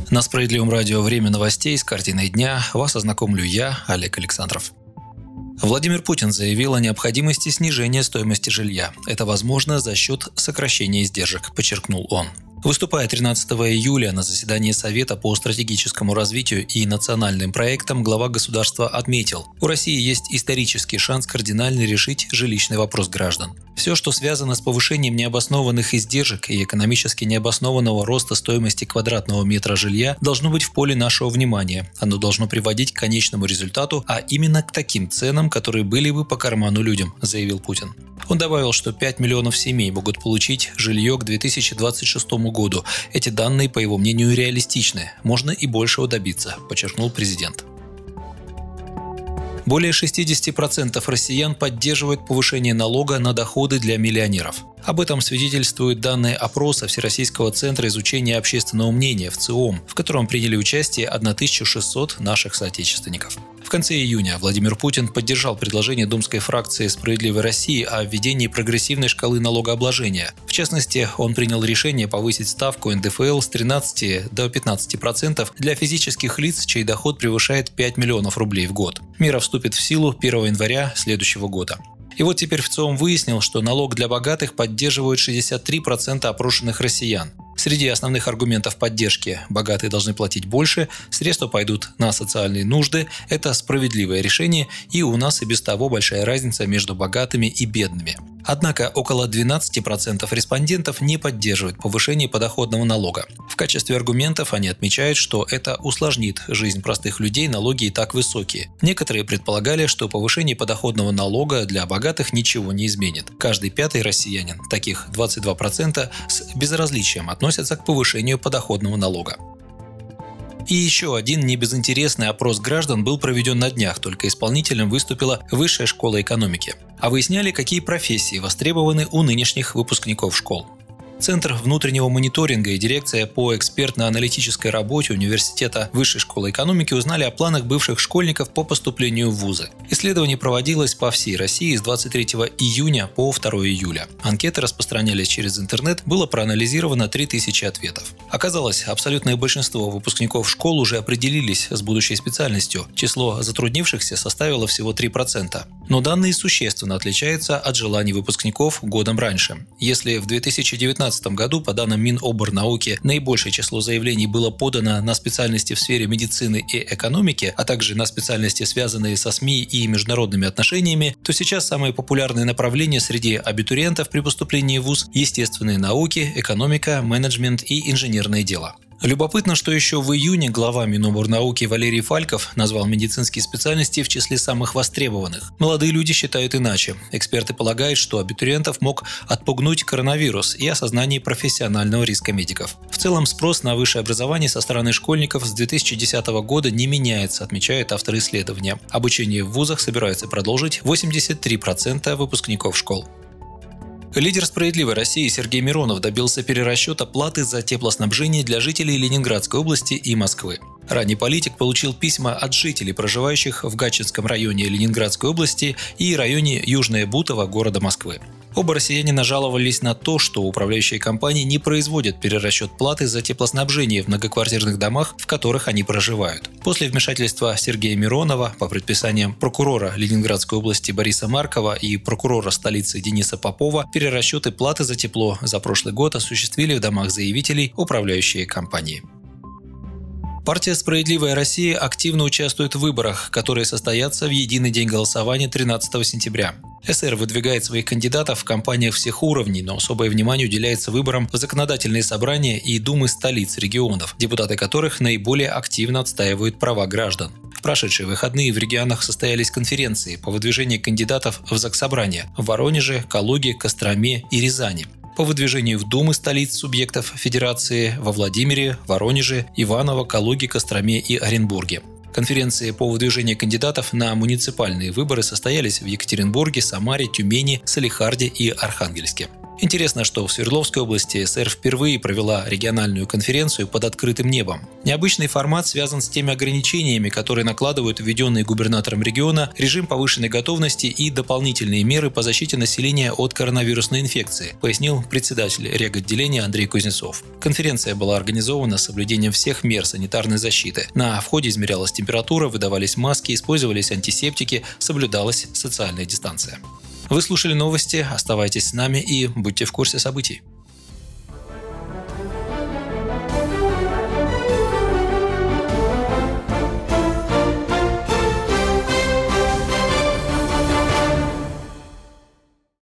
На Справедливом радио «Время новостей» с картиной дня вас ознакомлю я, Олег Александров. Владимир Путин заявил о необходимости снижения стоимости жилья. Это возможно за счет сокращения издержек, подчеркнул он. Выступая 13 июля на заседании Совета по стратегическому развитию и национальным проектам, глава государства отметил, у России есть исторический шанс кардинально решить жилищный вопрос граждан. Все, что связано с повышением необоснованных издержек и экономически необоснованного роста стоимости квадратного метра жилья, должно быть в поле нашего внимания. Оно должно приводить к конечному результату, а именно к таким ценам, которые были бы по карману людям, заявил Путин. Он добавил, что 5 миллионов семей могут получить жилье к 2026 году. Эти данные, по его мнению, реалистичны. Можно и большего добиться, подчеркнул президент. Более 60% россиян поддерживают повышение налога на доходы для миллионеров. Об этом свидетельствуют данные опроса Всероссийского центра изучения общественного мнения ВЦИОМ, в котором приняли участие 1600 наших соотечественников. В конце июня Владимир Путин поддержал предложение думской фракции «Справедливой России» о введении прогрессивной шкалы налогообложения. В частности, он принял решение повысить ставку НДФЛ с 13 до 15% для физических лиц, чей доход превышает 5 миллионов рублей в год. Мера вступит в силу 1 января следующего года. И вот теперь ВЦИОМ выяснил, что налог для богатых поддерживают 63% опрошенных россиян. Среди основных аргументов поддержки – богатые должны платить больше, средства пойдут на социальные нужды, это справедливое решение, и у нас и без того большая разница между богатыми и бедными. Однако около 12% респондентов не поддерживают повышение подоходного налога. В качестве аргументов они отмечают, что это усложнит жизнь простых людей, налоги и так высокие. Некоторые предполагали, что повышение подоходного налога для богатых ничего не изменит. Каждый пятый россиянин, таких 22%, с безразличием относятся к повышению подоходного налога. И еще один небезынтересный опрос граждан был проведен на днях, только исполнителем выступила Высшая школа экономики. А выясняли, какие профессии востребованы у нынешних выпускников школ. Центр внутреннего мониторинга и дирекция по экспертно-аналитической работе Университета Высшей школы экономики узнали о планах бывших школьников по поступлению в вузы. Исследование проводилось по всей России с 23 июня по 2 июля. Анкеты распространялись через интернет, было проанализировано 3000 ответов. Оказалось, абсолютное большинство выпускников школ уже определились с будущей специальностью. Число затруднившихся составило всего 3%. Но данные существенно отличаются от желаний выпускников годом раньше. Если в 2019 году, по данным Миноборнауки, наибольшее число заявлений было подано на специальности в сфере медицины и экономики, а также на специальности, связанные со СМИ и международными отношениями, то сейчас самые популярные направления среди абитуриентов при поступлении в вуз – естественные науки, экономика, менеджмент и инженерное дело. Любопытно, что еще в июне глава Миноборнауки Валерий Фальков назвал медицинские специальности в числе самых востребованных. Молодые люди считают иначе. Эксперты полагают, что абитуриентов мог отпугнуть коронавирус и осознание профессионального риска медиков. В целом спрос на высшее образование со стороны школьников с 2010 года не меняется, отмечают авторы исследования. Обучение в вузах собираются продолжить 83% выпускников школ. Лидер «Справедливой России» Сергей Миронов добился перерасчета платы за теплоснабжение для жителей Ленинградской области и Москвы. Ранее политик получил письма от жителей, проживающих в Гатчинском районе Ленинградской области и районе Южное Бутово города Москвы. Оба россиянина жаловались на то, что управляющие компании не производят перерасчет платы за теплоснабжение в многоквартирных домах, в которых они проживают. После вмешательства Сергея Миронова по предписаниям прокурора Ленинградской области Бориса Маркова и прокурора столицы Дениса Попова перерасчеты платы за тепло за прошлый год осуществили в домах заявителей управляющие компании. Партия «Справедливая Россия» активно участвует в выборах, которые состоятся в единый день голосования 13 сентября. СР выдвигает своих кандидатов в кампаниях всех уровней, но особое внимание уделяется выборам в законодательные собрания и думы столиц регионов, депутаты которых наиболее активно отстаивают права граждан. В прошедшие выходные в регионах состоялись конференции по выдвижению кандидатов в Заксобрание в Воронеже, Калуге, Костроме и Рязани. По выдвижению в думы столиц субъектов Федерации во Владимире, Воронеже, Иваново, Калуге, Костроме и Оренбурге. Конференции по выдвижению кандидатов на муниципальные выборы состоялись в Екатеринбурге, Самаре, Тюмени, Салехарде и Архангельске. Интересно, что в Свердловской области СР впервые провела региональную конференцию под открытым небом. Необычный формат связан с теми ограничениями, которые накладывают введенный губернатором региона режим повышенной готовности и дополнительные меры по защите населения от коронавирусной инфекции, пояснил председатель реготделения Андрей Кузнецов. Конференция была организована с соблюдением всех мер санитарной защиты. На входе измерялась температура, выдавались маски, использовались антисептики, соблюдалась социальная дистанция. Вы слушали новости, оставайтесь с нами и будьте в курсе событий.